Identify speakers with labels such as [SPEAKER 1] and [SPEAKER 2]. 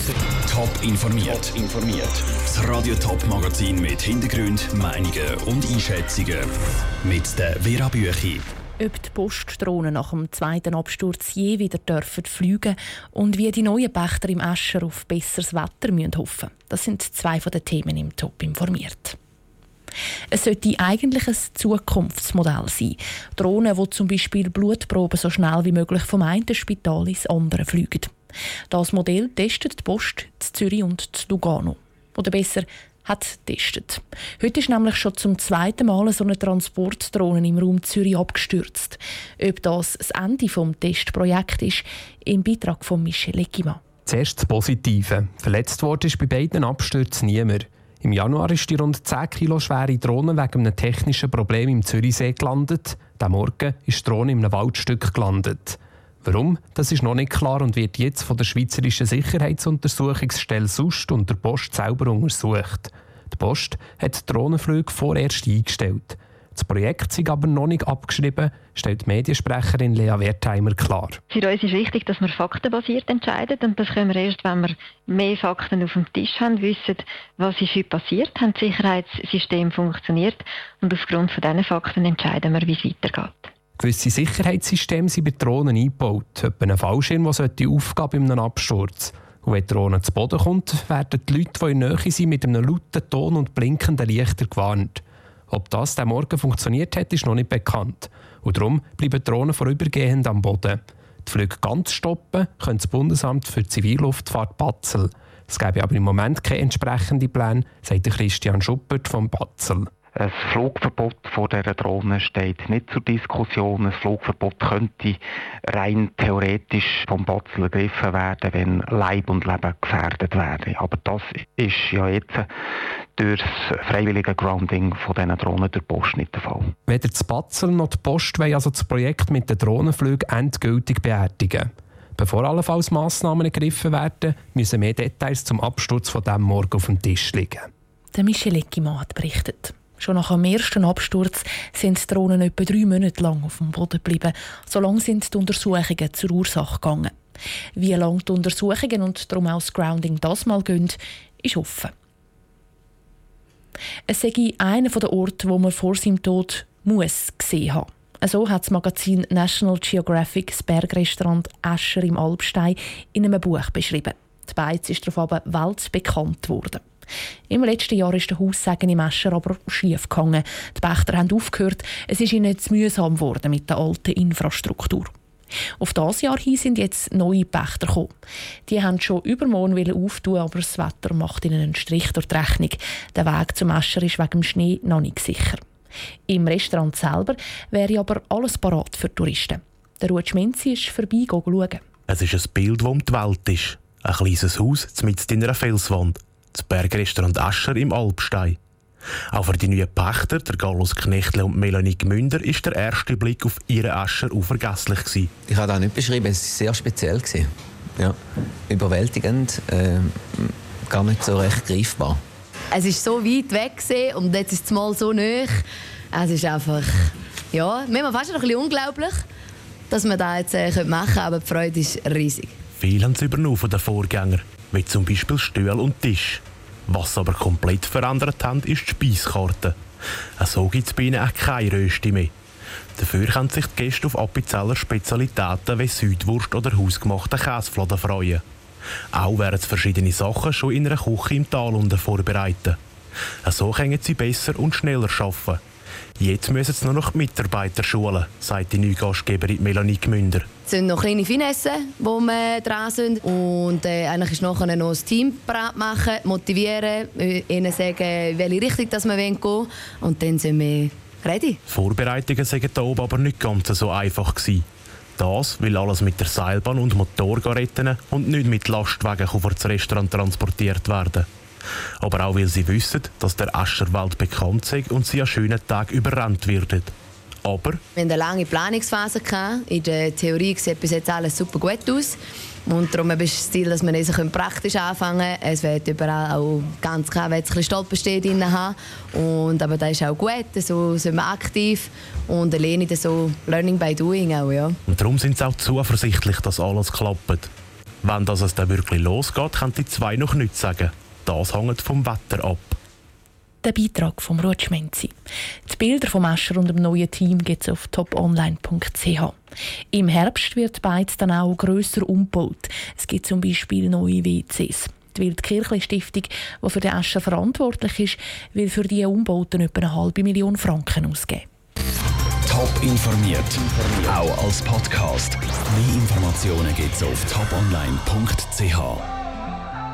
[SPEAKER 1] Top informiert. Das Radio Top Magazin mit Hintergrund, Meinungen und Einschätzungen mit der Vera Büchi.
[SPEAKER 2] Ob die Postdrohnen nach dem zweiten Absturz je wieder dürfen fliegen und wie die neuen Pächter im Ascher auf besseres Wetter hoffen müssen. Das sind zwei von den Themen im Top informiert. Es sollte eigentlich ein Zukunftsmodell sein. Drohnen, die zum Beispiel Blutproben so schnell wie möglich vom einen Spital ins andere fliegen. Das Modell testet die Post in Zürich und in Lugano. Oder besser, hat getestet. Heute ist nämlich schon zum zweiten Mal so eine Transportdrohne im Raum Zürich abgestürzt. Ob das das Ende des Testprojekts ist, im Beitrag von Michel Eckima.
[SPEAKER 3] Zuerst das Positive. Verletzt wurde ist bei beiden Abstürzen niemand. Im Januar ist die rund 10 Kilo schwere Drohne wegen einem technischen Problem im Zürichsee gelandet. Diesen Morgen ist die Drohne in einem Waldstück gelandet. Warum? Das ist noch nicht klar und wird jetzt von der Schweizerischen Sicherheitsuntersuchungsstelle SUST und der Post selber untersucht. Die Post hat die Drohnenflüge vorerst eingestellt. Das Projekt sei aber noch nicht abgeschrieben, stellt die Mediensprecherin Lea Wertheimer klar.
[SPEAKER 4] Für uns ist wichtig, dass wir faktenbasiert entscheiden. Und das können wir erst, wenn wir mehr Fakten auf dem Tisch haben, wissen, was ist heute passiert, haben das Sicherheitssystem funktioniert. Und aufgrund von diesen Fakten entscheiden wir, wie es weitergeht.
[SPEAKER 3] Gewisse Sicherheitssysteme sind bei Drohnen eingebaut. Etwa ein Fallschirm, der Aufgabe in einem Absturz. Und wenn die Drohne zu Boden kommt, werden die Leute, die in der Nähe sind, mit einem lauten Ton und blinkenden Lichtern gewarnt. Ob das diesen Morgen funktioniert hat, ist noch nicht bekannt. Und darum bleiben die Drohnen vorübergehend am Boden. Die Flüge ganz stoppen können das Bundesamt für Zivilluftfahrt Batzel. Es gäbe aber im Moment keine entsprechenden Pläne, sagt Christian Schuppert vom Batzel.
[SPEAKER 5] Ein Flugverbot vor dieser Drohne steht nicht zur Diskussion. Ein Flugverbot könnte rein theoretisch vom Batzel ergriffen werden, wenn Leib und Leben gefährdet werden. Aber das ist ja jetzt durch das freiwillige Grounding von diesen Drohnen der Post nicht der Fall.
[SPEAKER 3] Weder das Batzel noch die Post wollen also das Projekt mit den Drohnenflügen endgültig beerdigen. Bevor allenfalls Massnahmen ergriffen werden, müssen mehr Details zum Absturz von diesem Morgen auf dem Tisch liegen.
[SPEAKER 2] Der Michel Eckima hat berichtet. Schon nach dem ersten Absturz sind die Drohnen etwa 3 Monate lang auf dem Boden geblieben. So lange sind die Untersuchungen zur Ursache gegangen. Wie lange die Untersuchungen und darum auch das Grounding das mal gehen, ist offen. Es sei einer der Orte, wo man vor seinem Tod muss gesehen haben. So hat das Magazin National Geographic das Bergrestaurant Ascher im Alpstein in einem Buch beschrieben. Die Beiz ist darauf aber weltbekannt geworden. Im letzten Jahr ist der Haussegen im Ascher aber schief gegangen. Die Pächter haben aufgehört. Es ist ihnen zu mühsam geworden mit der alten Infrastruktur. Auf dieses Jahr hin sind jetzt neue Pächter gekommen. Die wollten schon übermorgen auftun, aber das Wetter macht ihnen einen Strich durch die Rechnung. Der Weg zum Ascher ist wegen dem Schnee noch nicht sicher. Im Restaurant selber wäre aber alles parat für Touristen. Der Ruud Schminzi ist vorbei schauen.
[SPEAKER 6] Es ist ein Bild, das um die Welt ist. Ein kleines Haus mitten in einer Felswand. Das Bergrestaurant Ascher im Alpstein. Auch für die neuen Pächter, der Gallus Knechtle und Melanie Gmünder, ist der erste Blick auf ihren Ascher unvergesslich gewesen.
[SPEAKER 7] Ich habe das nicht beschrieben, es war sehr speziell. Ja. Überwältigend, gar nicht so recht greifbar.
[SPEAKER 8] Es war so weit weg und jetzt ist es mal so nahe. Es ist einfach, ja, manchmal fast ein bisschen unglaublich, dass man das jetzt machen können, aber die Freude ist riesig.
[SPEAKER 6] Viele haben es übernommen von den Vorgängern, wie zum Beispiel Stühle und Tisch. Was sie aber komplett verändert haben, ist die Speiskarte. So gibt es bei ihnen auch keine Rösti mehr. Dafür können sich die Gäste auf Appenzeller Spezialitäten wie Südwurst oder hausgemachte Käsefladen freuen. Auch werden sie verschiedene Sachen schon in einer Küche im Tal unten vorbereiten. So können sie besser und schneller arbeiten. Jetzt müssen sie nur noch die Mitarbeiter schulen, sagt die neue Gastgeberin Melanie Gmünder.
[SPEAKER 8] Es sind noch kleine Finessen, die wir dran sind. Und eigentlich ist nachher noch das Team bereit machen, motivieren, ihnen sagen, in welche Richtung wir gehen wollen. Und dann sind wir ready.
[SPEAKER 6] Vorbereitungen waren hier oben aber nicht ganz so einfach gewesen. Das, weil alles mit der Seilbahn und Motorgeräten und nicht mit Lastwagen vor das Restaurant transportiert werden. Aber auch weil sie wissen, dass der Ascher weltbekannt ist und sie an schönen Tagen überrannt werden. Aber
[SPEAKER 8] wir hatten eine lange Planungsphase. In der Theorie sieht bis jetzt alles super gut aus. Und darum ist das Ziel, dass wir praktisch anfangen können. Es wird überall auch ganz klar, wenn es ein bisschen Stolpersteine drin haben. Aber das ist auch gut, so sind wir aktiv. Und alleine so Learning by Doing auch, ja.
[SPEAKER 6] Und darum sind sie auch zuversichtlich, dass alles klappt. Wann das dann wirklich losgeht, können die zwei noch nicht sagen. Das hängt vom Wetter ab.
[SPEAKER 2] Der Beitrag von Ruth Schmenzi. Die Bilder vom Escher und dem neuen Team gibt es auf toponline.ch. Im Herbst wird Beiz dann auch grösser umgebaut. Es gibt zum Beispiel neue WCs. Die Wildkirchli-Stiftung, die für den Escher verantwortlich ist, will für diese Umbauten etwa 500.000 Franken ausgeben.
[SPEAKER 1] Top informiert, auch als Podcast. Mehr Informationen gibt es auf toponline.ch.